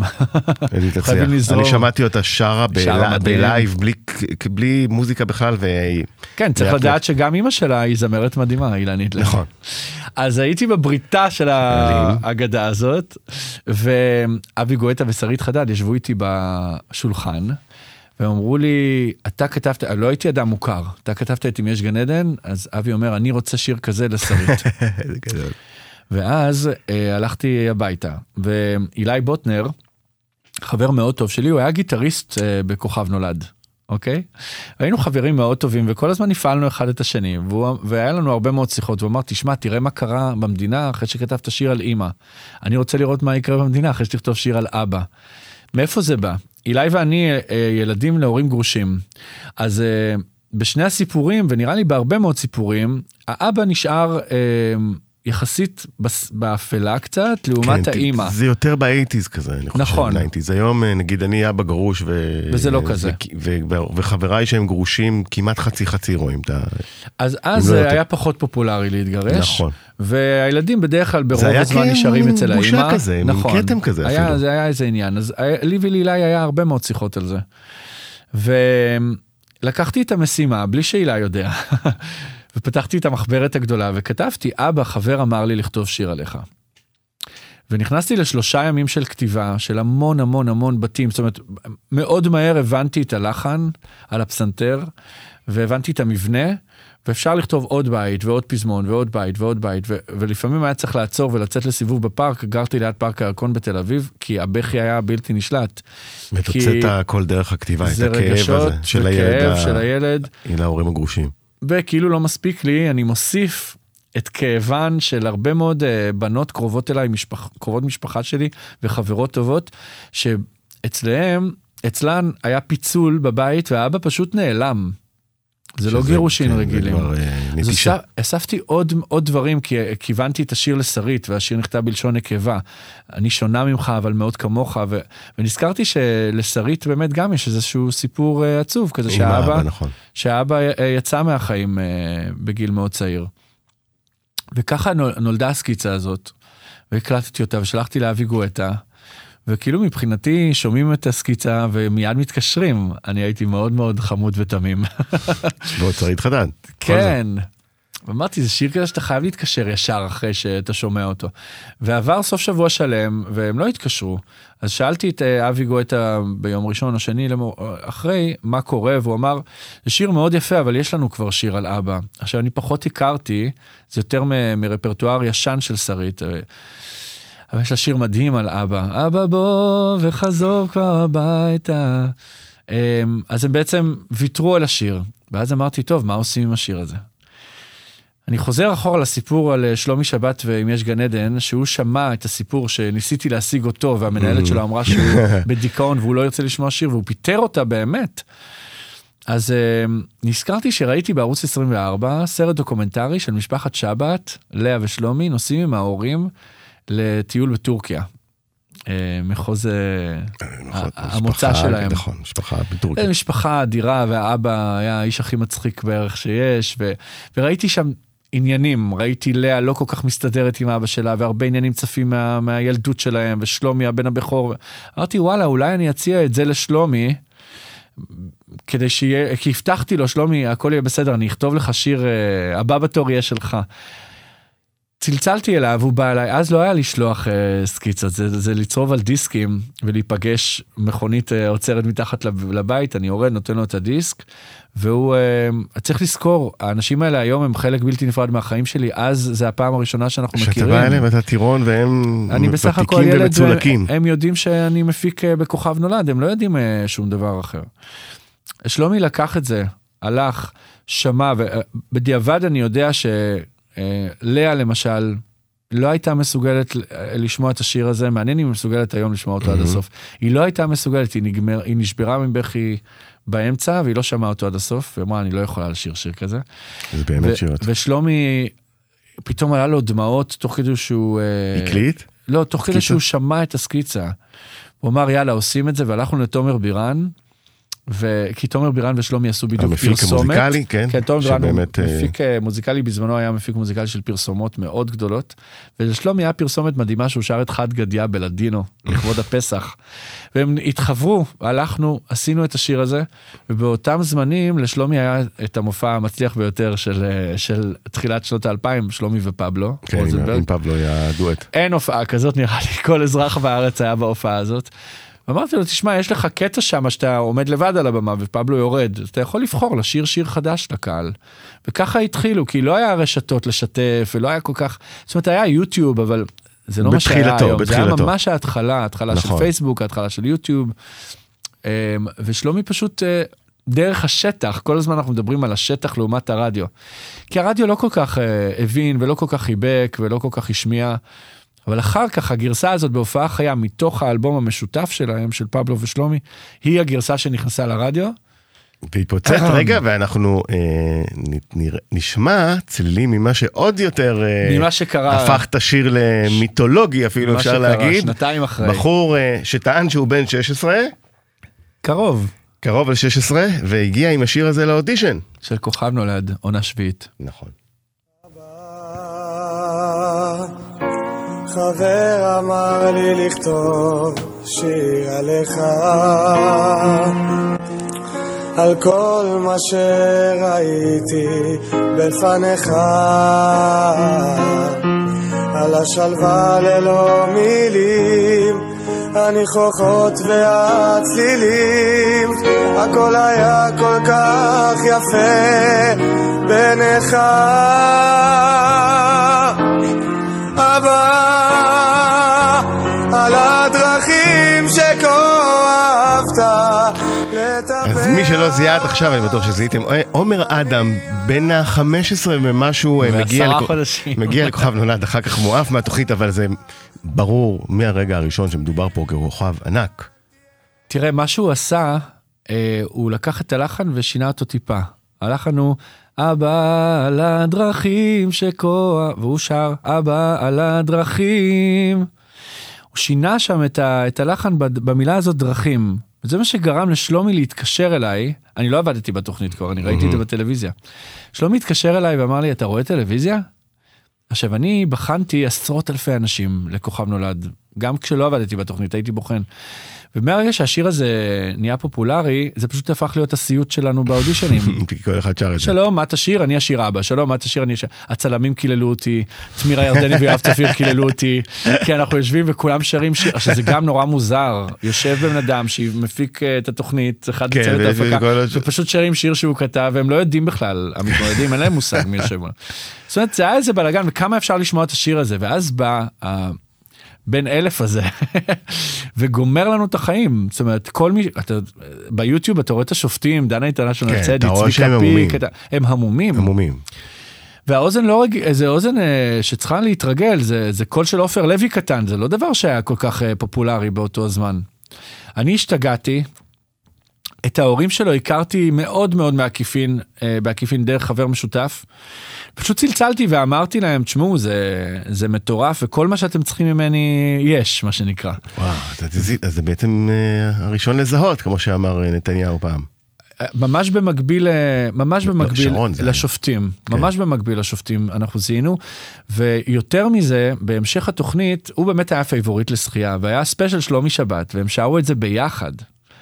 אני שמעתי אותה שרה בלייב, בלי מוזיקה בכלל. כן, צריך לדעת שגם אמא שלה היא זמרת מדהימה, אילנית. נכון. אז הייתי בבריתה של האגדה הזאת, ואבי גואטה ושרית חדד ישבו איתי בשולחן, והם אמרו לי, אתה כתבת, לא הייתי אדם מוכר, אתה כתבת את אם יש גן עדן, אז אבי אומר, אני רוצה שיר כזה לשרית. זה גדול. ואז אה, הלכתי הביתה, ואילי בוטנר, חבר מאוד טוב שלי, הוא היה גיטריסט אה, בכוכב נולד, אוקיי? היינו חברים מאוד טובים, וכל הזמן נפעלנו אחד את השני, והוא, והיה לנו הרבה מאוד שיחות, והוא אמר, תשמע, תראה מה קרה במדינה אחרי שכתבת שיר על אמא. אני רוצה לראות מה יקרה במדינה אחרי שתכתוב שיר על אבא. מאיפה זה בא? אילי ואני אה, ילדים להורים גרושים, אז אה, בשני הסיפורים, ונראה לי בהרבה מאוד סיפורים, האבא נשאר... אה, יחסית באפלה קצת, לעומת האמא. זה יותר באייטיז כזה, אני חושב. נכון. היום נגיד אני אבא גרוש, וזה לא כזה. וחבריי שהם גרושים, כמעט חצי חצי רואים את ה... אז אז היה פחות פופולרי להתגרש. נכון. והילדים בדרך כלל ברוב הזמן נשארים אצל האמא. זה היה בושה כזה, מין קטם כזה אפילו. זה היה איזה עניין. אז לי ולילי היה הרבה מאוד שיחות על זה. ולקחתי את המשימה, בלי שאילה יודע. ופתחתי את המחברת הגדולה וכתבתי, אבא, חבר אמר לי לכתוב שיר עליך. ונכנסתי לשלושה ימים של כתיבה, של המון המון המון בתים, זאת אומרת, מאוד מהר הבנתי את הלחן על הפסנתר, והבנתי את המבנה, ואפשר לכתוב עוד בית ועוד פזמון ועוד בית ועוד בית, ו- ולפעמים היה צריך לעצור ולצאת לסיבוב בפארק, גרתי ליד פארק הירקון בתל אביב, כי הבכי היה בלתי נשלט. ותוצאת כל דרך הכתיבה, את הכאב הזה של הילד, של הילד. עם ההורים הגרושים. וכאילו לא מספיק לי, אני מוסיף את כאבן של הרבה מאוד בנות קרובות אליי, משפח, קרובות משפחה שלי וחברות טובות, שאצלהם, אצלן היה פיצול בבית, והאבא פשוט נעלם. זה לא גירושין כן, רגילים. אז אספ, אספתי עוד, עוד דברים, כי כיוונתי את השיר לשרית, והשיר נכתב בלשון נקבה. אני שונה ממך, אבל מאוד כמוך, ו, ונזכרתי שלשרית באמת גם יש איזשהו סיפור עצוב, כזה שהאבא, נכון. שהאבא יצא מהחיים בגיל מאוד צעיר. וככה נולדה הסקיצה הזאת, והקלטתי אותה, ושלחתי לאבי גואטה, וכאילו מבחינתי שומעים את הסקיצה ומיד מתקשרים. אני הייתי מאוד מאוד חמוד ותמים. ועוד שרית חדד. כן. ואמרתי, זה שיר כזה שאתה חייב להתקשר ישר אחרי שאתה שומע אותו. ועבר סוף שבוע שלם, והם לא התקשרו. אז שאלתי את אבי גואטה ביום ראשון או שני אחרי, מה קורה, והוא אמר, זה שיר מאוד יפה, אבל יש לנו כבר שיר על אבא. עכשיו, אני פחות הכרתי, זה יותר מ- מרפרטואר ישן של שרית. אבל יש לה שיר מדהים על אבא. אבא בוא וחזור כבר הביתה. אז הם בעצם ויתרו על השיר. ואז אמרתי, טוב, מה עושים עם השיר הזה? אני חוזר אחורה לסיפור על שלומי שבת ואם יש גן עדן, שהוא שמע את הסיפור שניסיתי להשיג אותו, והמנהלת שלו אמרה שהוא בדיכאון והוא לא ירצה לשמוע שיר, והוא פיטר אותה באמת. אז נזכרתי שראיתי בערוץ עשרים וארבע סרט דוקומנטרי של משפחת שבת, לאה ושלומי, נוסעים עם ההורים לטיול בטורקיה. מחוז המוצא שלהם. נכון, משפחה בטורקיה. משפחה אדירה, והאבא היה האיש הכי מצחיק בערך שיש, וראיתי שם עניינים, ראיתי לאה לא כל כך מסתדרת עם אבא שלה, והרבה עניינים צפים מהילדות שלהם, ושלומי הבן הבכור. אמרתי, וואלה, אולי אני אציע את זה לשלומי, כדי שיהיה, כי הבטחתי לו, שלומי, הכל יהיה בסדר, אני אכתוב לך שיר, הבא בתור יהיה שלך. צלצלתי אליו, הוא בא אליי, אז לא היה לשלוח אה, סקיצות, זה, זה לצרוב על דיסקים, ולהיפגש מכונית אה, עוצרת מתחת לבית, אני יורד, נותן לו את הדיסק, והוא, אה, צריך לזכור, האנשים האלה היום הם חלק בלתי נפרד מהחיים שלי, אז זה הפעם הראשונה שאנחנו מכירים. שאתה בא אליהם, אתה טירון, והם ותיקים ומצולקים. הם יודעים שאני מפיק אה, בכוכב נולד, הם לא יודעים אה, שום דבר אחר. שלומי לקח את זה, הלך, שמע, ובדיעבד אני יודע ש... לאה למשל לא הייתה מסוגלת לשמוע את השיר הזה, מעניין אם היא מסוגלת היום לשמוע אותו עד הסוף. היא לא הייתה מסוגלת, היא, נגמר, היא נשברה מבכי באמצע, והיא לא שמעה אותו עד הסוף, והיא אמרה, אני לא יכולה לשיר שיר כזה. זה באמת שירת. ושלומי, פתאום עלה לו דמעות, תוך כדי שהוא... הקליט? לא, תוך כדי שהוא שמע את הסקיצה. הוא אמר, יאללה, עושים את זה, והלכנו לתומר בירן, וכי תומר בירן ושלומי עשו בדיוק המפיק פרסומת. המפיק המוזיקלי, כן. כן, תומר בירן הוא מפיק מוזיקלי, בזמנו היה מפיק מוזיקלי של פרסומות מאוד גדולות, ולשלומי היה פרסומת מדהימה שהוא שר את חד גדיה בלדינו, לכבוד הפסח. והם התחברו, הלכנו, עשינו את השיר הזה, ובאותם זמנים לשלומי היה את המופע המצליח ביותר של, של תחילת שנות האלפיים, שלומי ופבלו. כן, עם פבלו היה דואט. אין הופעה כזאת, נראה לי, כל אזרח בארץ היה בהופעה הזאת. ואמרתי לו, תשמע, יש לך קטע שם שאתה עומד לבד על הבמה ופבלו יורד, אתה יכול לבחור לשיר שיר חדש לקהל. וככה התחילו, כי לא היה רשתות לשתף, ולא היה כל כך, זאת אומרת, היה יוטיוב, אבל זה לא מה שהיה היום. זה היה ממש ההתחלה, ההתחלה של פייסבוק, ההתחלה של יוטיוב, ושלומי פשוט דרך השטח, כל הזמן אנחנו מדברים על השטח לעומת הרדיו. כי הרדיו לא כל כך הבין, ולא כל כך חיבק, ולא כל כך השמיע, אבל אחר כך הגרסה הזאת בהופעה חיה מתוך האלבום המשותף שלהם, של פבלו ושלומי, היא הגרסה שנכנסה לרדיו. והתפוצץ רגע, ואנחנו אה, נשמע צלילים ממה שעוד יותר אה, ממה שקרה, הפך את השיר למיתולוגי אפילו אפשר שקרה, להגיד. שנתיים אחרי. בחור אה, שטען שהוא בן שש עשרה. קרוב. קרוב על שש עשרה, והגיע עם השיר הזה לאודישן. של כוכב נולד, עונה שביעית. נכון. חבר אמר לי לכתוב שיר עליך, על כל מה שראיתי בפניך, על השלווה ללא מילים, הניחוחות והצלילים, הכל היה כל כך יפה בעיניך. אבא, על הדרכים שכה אהבת לטפל. אז מי שלא זיהה עד עכשיו, אני בטוח שזיהיתם, עומר אדם, בן ה-חמש עשרה ומשהו, מגיע לכוכב נולד, אחר כך מואף מהתוכנית, אבל זה ברור מהרגע הראשון שמדובר פה ככוכב ענק. תראה, מה שהוא עשה, הוא לקח את הלחן ושינה אותו טיפה. הלחן הוא... אבא על הדרכים שכה, והוא שר, אבא על הדרכים. הוא שינה שם את, ה, את הלחן במילה הזאת דרכים. וזה מה שגרם לשלומי להתקשר אליי, אני לא עבדתי בתוכנית כבר, אני ראיתי את זה בטלוויזיה. שלומי התקשר אליי ואמר לי, אתה רואה טלוויזיה? עכשיו, אני בחנתי עשרות אלפי אנשים לכוכב נולד, גם כשלא עבדתי בתוכנית, הייתי בוחן. ומהרגע שהשיר הזה נהיה פופולרי, זה פשוט הפך להיות הסיוט שלנו באודישנים. כל אחד שר את זה. שלום, מה תשיר? אני אשיר אבא. שלום, מה תשיר? אני אשיר. הצלמים קיללו אותי, תמירה ירדני ויואב צפיר קיללו אותי, כי אנחנו יושבים וכולם שרים שיר, שזה גם נורא מוזר. יושב בן אדם שמפיק את התוכנית, אחד מצוות ההפקה, ופשוט שרים שיר שהוא כתב, והם לא יודעים בכלל, המתמודדים, אין להם מושג מי יושב. זאת אומרת, זה היה איזה בלגן, וכמה אפשר לשמוע את השיר הזה, ואז בא בין אלף הזה, וגומר לנו את החיים. זאת אומרת, כל מי, אתה, ביוטיוב אתה רואה את השופטים, דנה אינטרנשיונל צדי, צביקה פיק, הם המומים. המומים. והאוזן לא רגיל, זה אוזן שצריכה להתרגל, זה, זה קול של עופר לוי קטן, זה לא דבר שהיה כל כך פופולרי באותו הזמן. אני השתגעתי, את ההורים שלו הכרתי מאוד מאוד מעקיפין, בעקיפין דרך חבר משותף, פשוט צלצלתי ואמרתי להם, תשמעו, זה, זה מטורף, וכל מה שאתם צריכים ממני יש, מה שנקרא. וואו, אז זה בעצם הראשון לזהות, כמו שאמר נתניהו פעם. ממש במקביל, ממש במקביל לשופטים, ממש במקביל לשופטים אנחנו זיהינו, ויותר מזה, בהמשך התוכנית, הוא באמת היה פייבוריט לשחייה, והיה ספיישל שלומי שבת, והם שרו את זה ביחד.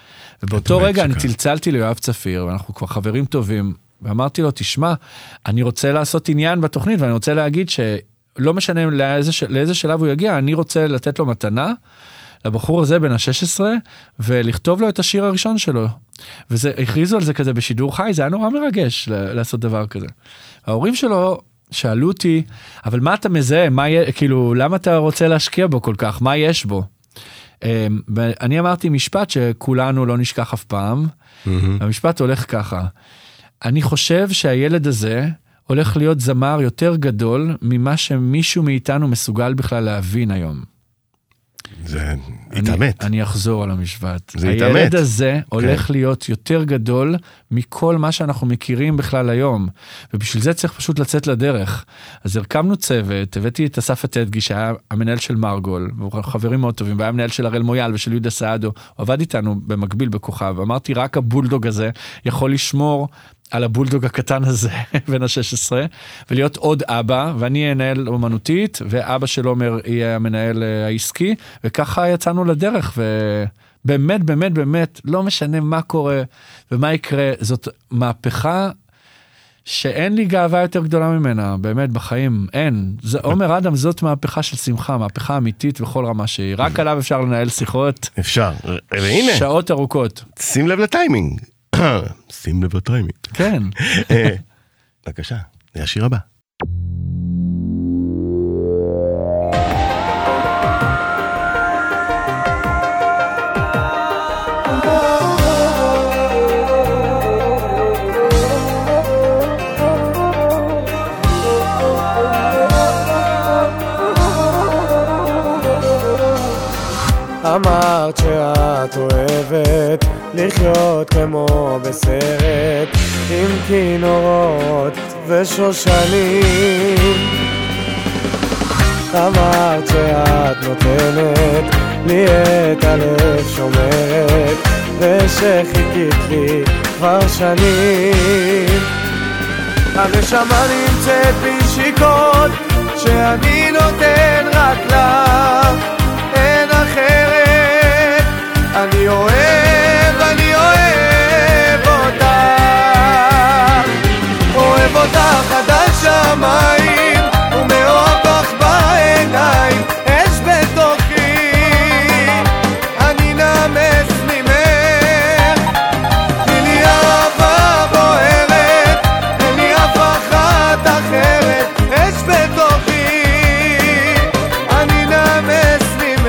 ובאותו רגע אני צלצלתי ליואב צפיר, ואנחנו כבר חברים טובים, ואמרתי לו, תשמע, אני רוצה לעשות עניין בתוכנית, ואני רוצה להגיד שלא משנה לאיזה, לאיזה שלב הוא יגיע, אני רוצה לתת לו מתנה, לבחור הזה בן ה-שש עשרה, ולכתוב לו את השיר הראשון שלו. וזה, הכריזו על זה כזה בשידור חי, זה היה נורא מרגש לעשות דבר כזה. ההורים שלו שאלו אותי, אבל מה אתה מזהה? מה, כאילו, למה אתה רוצה להשקיע בו כל כך? מה יש בו? אני אמרתי משפט שכולנו לא נשכח אף פעם, המשפט הולך ככה, אני חושב שהילד הזה הולך להיות זמר יותר גדול ממה שמישהו מאיתנו מסוגל בכלל להבין היום. זה התאמת. אני אחזור על המשפט. זה התאמת. הילד הזה הולך להיות יותר גדול מכל מה שאנחנו מכירים בכלל היום, ובשביל זה צריך פשוט לצאת לדרך. אז הרכמנו צוות, הבאתי את אסף עתדגי, שהיה המנהל של מרגול, חברים מאוד טובים, והיה המנהל של הראל מויאל ושל יהודה סעדו, הוא עבד איתנו במקביל בכוכב, אמרתי רק הבולדוג הזה יכול לשמור על הבולדוג הקטן הזה, בן ה-שש עשרה, ולהיות עוד אבא, ואני אנהל אומנותית, ואבא של עומר יהיה המנהל העסקי, וככה יצאנו לדרך, ובאמת, באמת, באמת, לא משנה מה קורה, ומה יקרה, זאת מהפכה, שאין לי גאווה יותר גדולה ממנה, באמת בחיים, אין. זה, עומר אדם זאת מהפכה של שמחה, מהפכה אמיתית בכל רמה שהיא, רק עליו אפשר לנהל שיחות. אפשר, והנה. שעות ארוכות. שים לב לטיימינג. שים לב לטיימינג. כן. בבקשה, זה השיר הבא. אמרת שאת אוהבת לחיות כמו בסרט עם כינורות ושושנים, אמרת שאת נותנת לי את הלב שומרת ושחיכית לי כבר שנים. הנשמה נמצאת בשיקות שאני נותן רק לך, אין אחרת. אני אוהב, אני אוהב אותך, אוהב אותך עד השמיים, ומאוהב בך בעיניים, אש בתוכי, אני נמס ממך, תני לי אהבה בוערת, אין לי אף אחת אחרת, אש בתוכי, אני נמס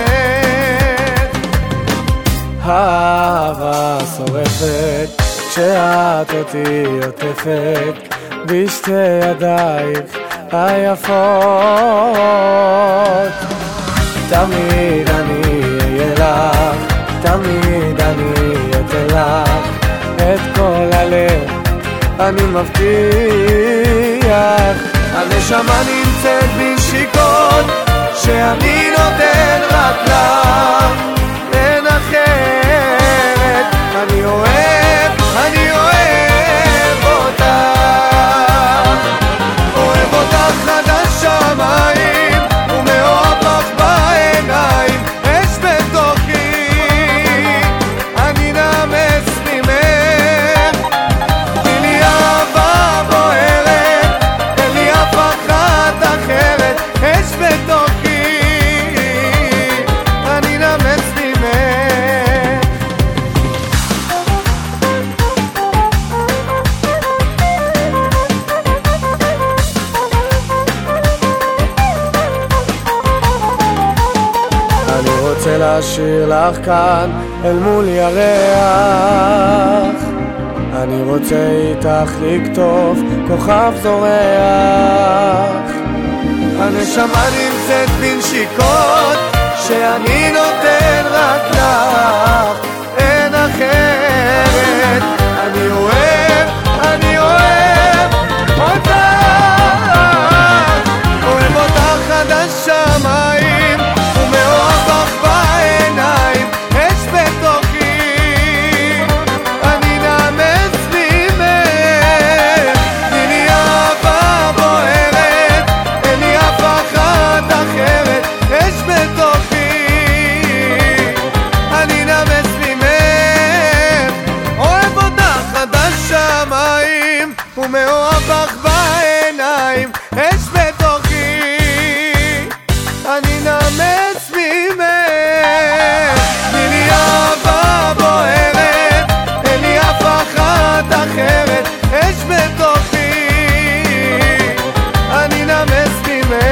האהבה שורפת כשאת אותי עוטפת בשתי ידייך היפות, תמיד אני אהיה לך, תמיד אני אתן לך את כל הלב, אני מבטיח. הנשמה נמצאת בשיקות שאני נותן רק לך, אין אחרת. אני אוהב, אני אוהב אותך, אוהב אותך עד השמיים, ומאוהב לך בעיניים, אש בתוכי, אני נמס ממך, תני לי אהבה בוערת, אין לי אף אחת אחרת, אש בתוכי, אני נמס ממך. אני רוצה להשאיר לך כאן אל מול ירח, אני רוצה איתך לכתוב כוכב זורח. הנשמה נמצאת בנשיקות שאני נותן רק לך, אין אחרת. אני אוהב, אני אוהב אותך, אוהב אותך עד השמיים, ומאוהב בך בעיניים, אש בתוכי, אני נמס ממך, תני לי אהבה בוערת, אין לי אף אחת אחרת, אש בתוכי, אני נמס ממך, תני לי אהבה בוערת, אין לי אף אחת אחרת, אש בתוכי, אני נמס ממך.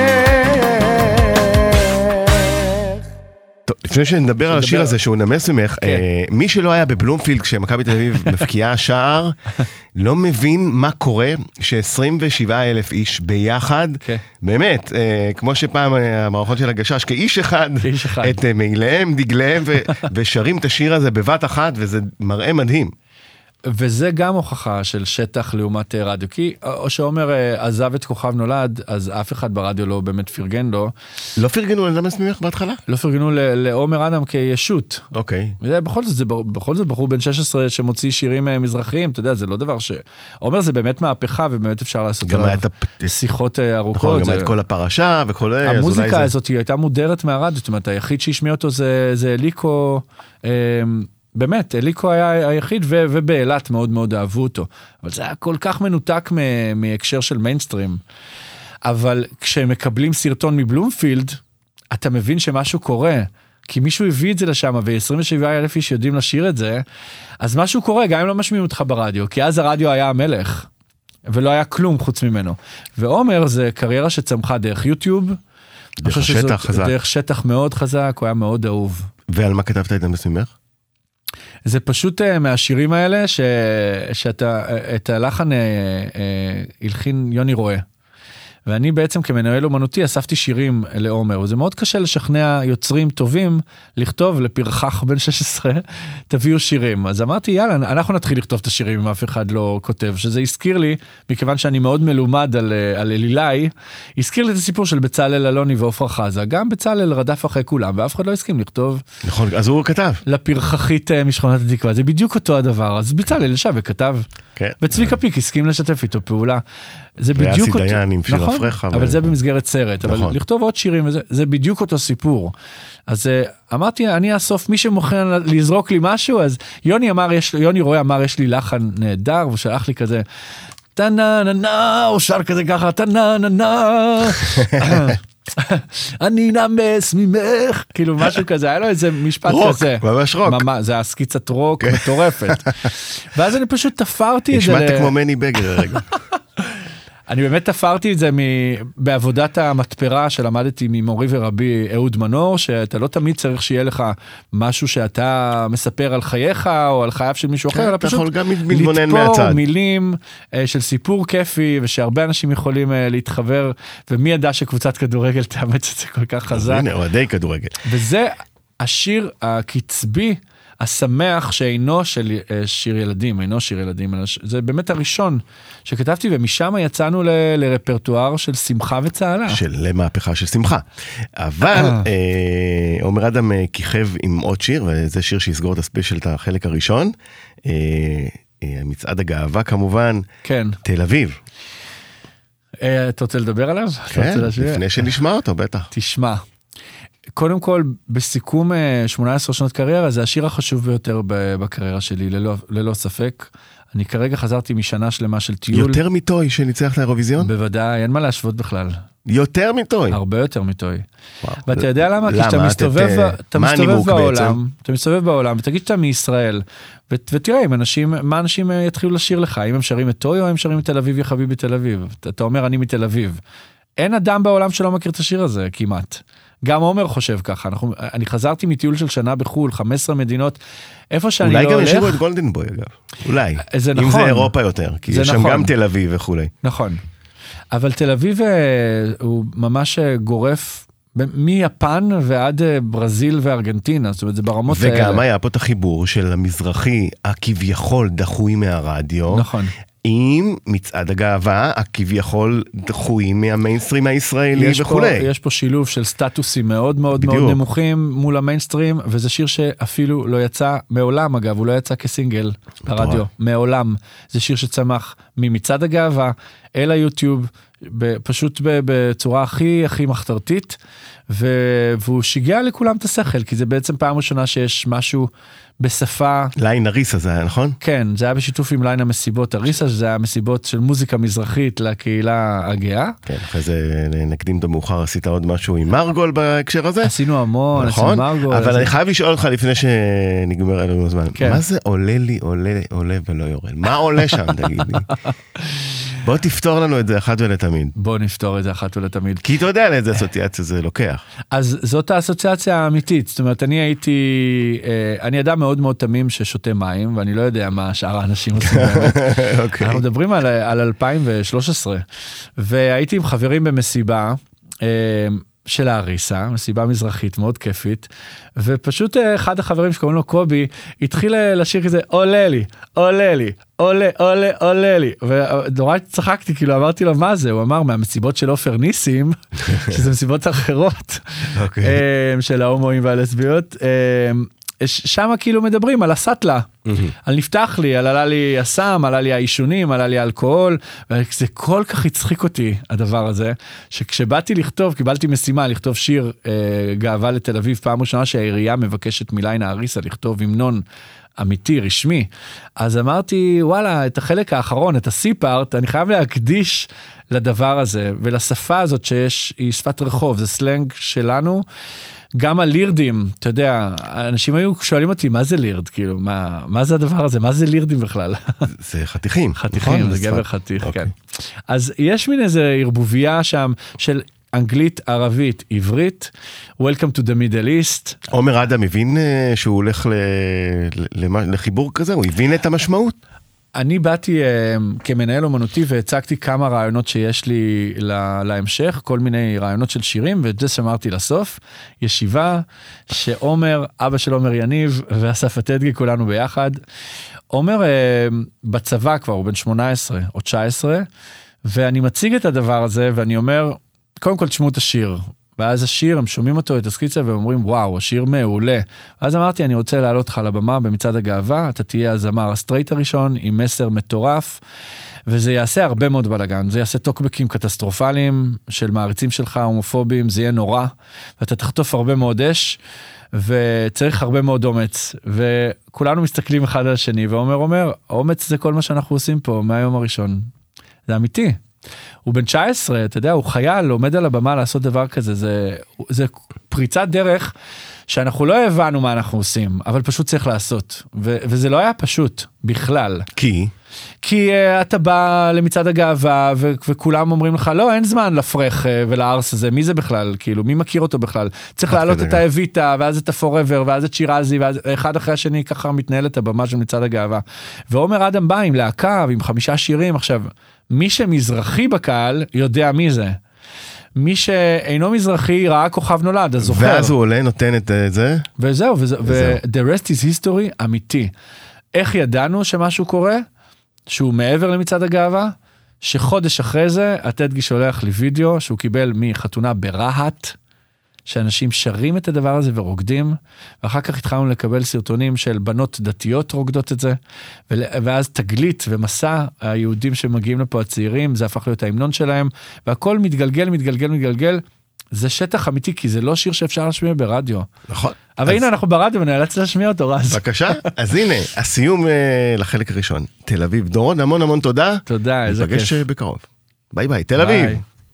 טוב, לפני שנדבר על השיר הזה שהוא נמס ממך, מי שלא היה בבלומפילד כשמכבי תל אביב מפקיעה שער, לא מבין מה קורה ש-עשרים ושבעה אלף איש ביחד, באמת, כמו שפעם המערכון של הגשש, כאיש אחד, את מעיליהם, דגליהם, ושרים את השיר הזה בבת אחת, וזה מראה מדהים. וזה גם הוכחה של שטח לעומת רדיו, כי או שאומר עזב את כוכב נולד, אז אף אחד ברדיו לא באמת פרגן לו. לא פרגנו לנמס ממך בהתחלה? לא פרגנו לעומר אדם כישות. אוקיי. בכל זאת, זה בכל זאת בחור בן שש עשרה שמוציא שירים מזרחיים, אתה יודע, זה לא דבר ש... עומר זה באמת מהפכה, ובאמת אפשר לעשות שיחות ארוכות. נכון, גם את כל הפרשה וכל... המוזיקה הזאת היא הייתה מודרת מהרדיו, זאת אומרת, היחיד שהשמיע אותו זה אליקו... באמת, אליקו היה היחיד, ו- ובאלת מאוד מאוד אהבו אותו. אבל זה היה כל כך מנותק מ- מהקשר של מיינסטרים. אבל כשמקבלים סרטון מבלומפילד, אתה מבין שמשהו קורה, כי מישהו הביא את זה לשם, ו-עשרים ושבעה אלף איש יודעים לשיר את זה, אז משהו קורה, גם אם לא משמיעים אותך ברדיו, כי אז הרדיו היה המלך, ולא היה כלום חוץ ממנו. ועומר זה קריירה שצמחה דרך יוטיוב, דרך שטח חזק. דרך שטח מאוד חזק, הוא היה מאוד אהוב. ועל מה כתבת את נמס ממך? זה פשוט uh, מהשירים האלה, ש... שאתה, את הלחן uh, uh, הלחין יוני רואה. ואני בעצם כמנהל אומנותי אספתי שירים לעומר, וזה מאוד קשה לשכנע יוצרים טובים לכתוב לפרחח בן שש עשרה, תביאו שירים. אז אמרתי, יאללה, אנחנו נתחיל לכתוב את השירים אם אף אחד לא כותב, שזה הזכיר לי, מכיוון שאני מאוד מלומד על, על אלילאי, הזכיר לי את הסיפור של בצלאל אלוני ועופרה חזה, גם בצלאל רדף אחרי כולם, ואף אחד לא הסכים לכתוב. נכון, אז הוא כתב. לפרחחית משכונת התקווה, זה בדיוק אותו הדבר, אז בצלאל ישב וכתב. כן. וצביקה פיק הסכים לשתף איתו פעולה. זה בדיוק אותו, נכון, אבל ו... זה במסגרת סרט, נכון. אבל לכתוב עוד שירים, וזה, זה בדיוק אותו סיפור. אז אמרתי, אני אסוף, מי שמוכן לזרוק לי משהו, אז יוני אמר, יש, יוני רואה אמר, יש לי לחן נהדר, והוא שלח לי כזה, טנה נה נה, הוא שר כזה ככה, טנה נה נה, אני נמס ממך, כאילו משהו כזה, היה לו איזה משפט כזה. רוק, ממש רוק. זה היה סקיצת רוק מטורפת. ואז אני פשוט תפרתי את זה. נשמעת כמו מני בגר רגע. אני באמת תפרתי את זה בעבודת המתפרה שלמדתי ממורי ורבי אהוד מנור, שאתה לא תמיד צריך שיהיה לך משהו שאתה מספר על חייך או על חייו של מישהו אחר, אלא פשוט לתפור מילים של סיפור כיפי, ושהרבה אנשים יכולים להתחבר, ומי ידע שקבוצת כדורגל תאמץ את זה כל כך חזק. הנה, אוהדי כדורגל. וזה השיר הקצבי, השמח שאינו של שיר ילדים, אינו שיר ילדים, זה באמת הראשון שכתבתי, ומשם יצאנו ל- לרפרטואר של שמחה וצהלה. של למהפכה של שמחה. אבל עומר אדם כיכב עם עוד שיר, וזה שיר שיסגור את הספיישל, את החלק הראשון. מצעד הגאווה כמובן. כן. תל אביב. אתה רוצה לדבר עליו? כן, לפני שנשמע אותו, בטח. תשמע. קודם כל, בסיכום שמונה עשרה שנות קריירה, זה השיר החשוב ביותר בקריירה שלי, ללא, ללא ספק. אני כרגע חזרתי משנה שלמה של טיול. יותר מטוי שניצח לאירוויזיון? בוודאי, אין מה להשוות בכלל. יותר מטוי? הרבה יותר מטוי. ואתה יודע למה? כי שאתה מסתובב, אתה מסתובב בעולם, אתה מסתובב בעולם, ותגיד שאתה מישראל, ותראה, אם אנשים, מה אנשים יתחילו לשיר לך? אם הם שרים את טוי, או הם שרים את תל אביב יחביב בתל אביב? אתה אומר, אני מתל אביב. אין אדם בעולם שלא מכיר את השיר הזה, כמעט. גם עומר חושב ככה, אנחנו, אני חזרתי מטיול של שנה בחול, חמש עשרה מדינות, איפה שאני לא הולך... אולי גם ישירו את גולדנבוי אגב, אולי, זה אם נכון, זה אירופה יותר, כי יש שם נכון. גם תל אביב וכו'. נכון, אבל תל אביב הוא ממש גורף, מיפן ועד ברזיל וארגנטינה, זאת אומרת זה ברמות וגם האלה. היה פה את החיבור של המזרחי, הכביכול דחוי מהרדיו, נכון. עם מצעד הגאווה, הכביכול דחויים מהמיינסטרים הישראלי וכו'. יש פה שילוב של סטטוסים מאוד מאוד בדיוק. מאוד נמוכים מול המיינסטרים, וזה שיר שאפילו לא יצא מעולם, אגב, הוא לא יצא כסינגל ברדיו, מעולם. זה שיר שצמח ממצעד הגאווה אל היוטיוב, פשוט בצורה הכי הכי מחתרתית, והוא שיגע לכולם את השכל, כי זה בעצם פעם ראשונה שיש משהו בשפה... ליין אריסה זה היה, נכון? כן, זה היה בשיתוף עם ליין המסיבות אריסה, שזה היה מסיבות של מוזיקה מזרחית לקהילה הגאה. כן, אחרי זה נקדים במאוחר, עשית עוד משהו עם מרגול בהקשר הזה? עשינו המון, נכון? עשינו מרגול. אבל עשינו... אני חייב לשאול אותך לפני שנגמר עלינו הזמן, כן. מה זה עולה לי, עולה, עולה ולא יורד? מה עולה שם, תגיד לי? בוא תפתור לנו את זה אחת ולתמיד. בוא נפתור את זה אחת ולתמיד. כי אתה יודע לאיזה אסוציאציה זה לוקח. אז זאת האסוציאציה האמיתית, זאת אומרת, אני הייתי, אני אדם מאוד מאוד תמים ששותה מים, ואני לא יודע מה שאר האנשים עושים באמת. אוקיי. אנחנו מדברים על, על אלפיים ושלוש עשרה, והייתי עם חברים במסיבה, של האריסה, מסיבה מזרחית מאוד כיפית, ופשוט אחד החברים שקוראים לו קובי, התחיל לשיר כזה, עולה לי, עולה לי, עולה, עולה, עולה לי, ונורא צחקתי, כאילו אמרתי לו מה זה, הוא אמר מהמסיבות של עופר ניסים, שזה מסיבות אחרות, של ההומואים והלסביות, שם כאילו מדברים על הסטלה, על נפתח לי, על עלה לי הסם, עלה לי האישונים, עלה לי האלכוהול, וזה כל כך הצחיק אותי הדבר הזה, שכשבאתי לכתוב, קיבלתי משימה לכתוב שיר אה, גאווה לתל אביב, פעם ראשונה שהעירייה מבקשת מליין האריסה לכתוב המנון אמיתי, רשמי, אז אמרתי, וואלה, את החלק האחרון, את הסי-פארט, אני חייב להקדיש לדבר הזה, ולשפה הזאת שיש, היא שפת רחוב, זה סלנג שלנו, גם הלירדים, אתה יודע, אנשים היו שואלים אותי, מה זה לירד? כאילו, מה, מה זה הדבר הזה? מה זה לירדים בכלל? זה חתיכים. חתיכים, זה גבר חתיך, כן. אז יש מין איזה ערבוביה שם של אנגלית, ערבית, עברית, Welcome to the Middle East. עומר אדם הבין שהוא הולך לחיבור כזה? הוא הבין את המשמעות? אני באתי uh, כמנהל אומנותי והצגתי כמה רעיונות שיש לי לה, להמשך, כל מיני רעיונות של שירים, ואת זה שמרתי לסוף. ישיבה שעומר, אבא של עומר יניב, ואסף התדגי, כולנו ביחד. עומר uh, בצבא כבר, הוא בן שמונה עשרה או תשע עשרה, ואני מציג את הדבר הזה, ואני אומר, קודם כל תשמעו את השיר. ואז השיר, הם שומעים אותו, את הסקיצה, והם אומרים, וואו, השיר מעולה. ואז אמרתי, אני רוצה לעלות לך לבמה במצעד הגאווה, אתה תהיה הזמר הסטרייט הראשון, עם מסר מטורף, וזה יעשה הרבה מאוד בלגן, זה יעשה טוקבקים קטסטרופליים, של מעריצים שלך, הומופובים, זה יהיה נורא, ואתה תחטוף הרבה מאוד אש, וצריך הרבה מאוד אומץ, וכולנו מסתכלים אחד על השני, ואומר, אומר, אומץ זה כל מה שאנחנו עושים פה, מהיום הראשון. זה אמיתי. הוא בן תשע עשרה, אתה יודע, הוא חייל, עומד על הבמה לעשות דבר כזה, זה, זה פריצת דרך שאנחנו לא הבנו מה אנחנו עושים, אבל פשוט צריך לעשות, ו, וזה לא היה פשוט בכלל. כי? כי uh, אתה בא למצעד הגאווה, ו- וכולם אומרים לך, לא, אין זמן לפרח uh, ולארס הזה, מי זה בכלל? כאילו, מי מכיר אותו בכלל? צריך להעלות את האביטה, ואז את הפורבר, ואז את שירזי, ואז אחד אחרי השני ככה מתנהל את הבמה של מצעד הגאווה. ועומר אדם בא עם להקה, עם חמישה שירים, עכשיו, מי שמזרחי בקהל יודע מי זה. מי שאינו מזרחי ראה כוכב נולד, אז זוכר. ואז הוא עולה, נותן את זה. וזהו, ו-the rest is history אמיתי. איך ידענו שמשהו קורה? שהוא מעבר למצעד הגאווה, שחודש אחרי זה, התדגי שולח לי וידאו, שהוא קיבל מחתונה ברהט, שאנשים שרים את הדבר הזה ורוקדים, ואחר כך התחלנו לקבל סרטונים של בנות דתיות רוקדות את זה, ואז תגלית ומסע היהודים שמגיעים לפה הצעירים, זה הפך להיות ההמנון שלהם, והכל מתגלגל, מתגלגל, מתגלגל, זה שטח אמיתי, כי זה לא שיר שאפשר להשמיע ברדיו. נכון. אבל הנה אנחנו ברדיו ונאלץ להשמיע אותו, רז. בבקשה. אז הנה, הסיום לחלק הראשון. תל אביב. דורון, המון המון תודה. תודה, איזה כיף. נפגש בקרוב. ביי ביי, תל אביב.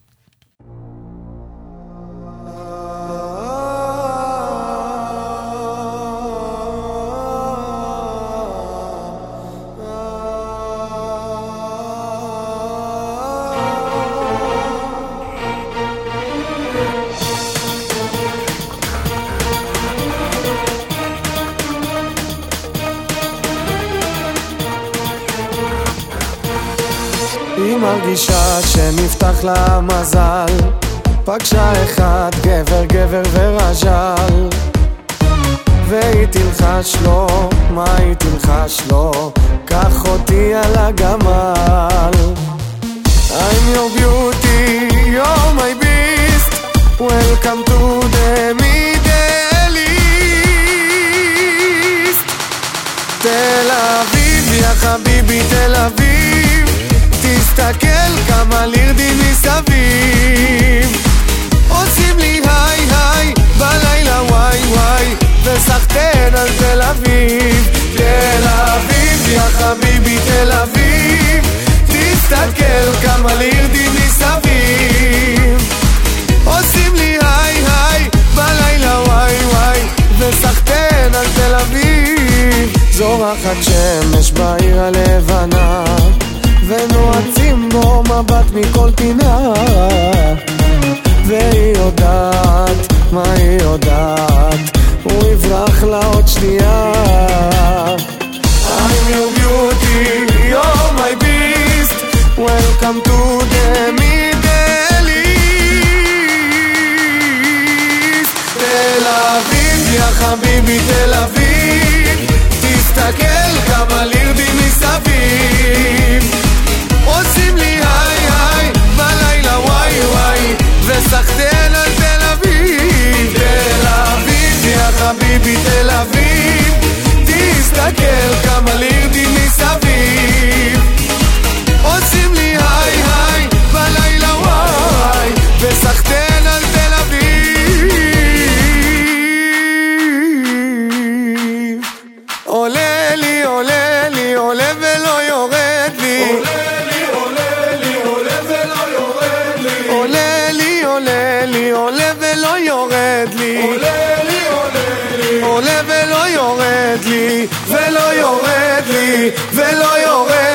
היא מרגישה שנפתח לה מזל, פגשה אחד גבר גבר ורז'ל, והיא תלחש לו, מה היא תלחש לו? קח אותי על הגמל. I'm your beauty, you're my beast, welcome to the Middle East. תל אביב, יא חביבי תל אביב, תסתכל כמה לירדים מסביב, עושים לי היי היי בלילה וואי וואי, וסחטן על תל אביב. תחת שמש בעיר הלבנה ונועצים בו מבט מכל פינה והיא יודעת, מה היא יודעת הוא יברח לה עוד שנייה I'm your beauty, you're my beast Welcome to the Middle East תל אביב, יא חביבי תל אביב תסתכל כמה לירדי מסביב עושים לי היי היי בלילה וואי וואי וסחתן על תל אביב תל אביב, יא חביבי תל אביב תסתכל כמה לירדי מסביב עושים לי היי היי בלילה וואי וסחתן על תל אביב עולה לי עולה לי עולה ולא יורד לי עולה לי עולה לי עולה ולא יורד לי עולה לי עולה לי עולה ולא יורד לי עולה לי עולה לי עולה ולא יורד לי ולא יורד לי ולא יורד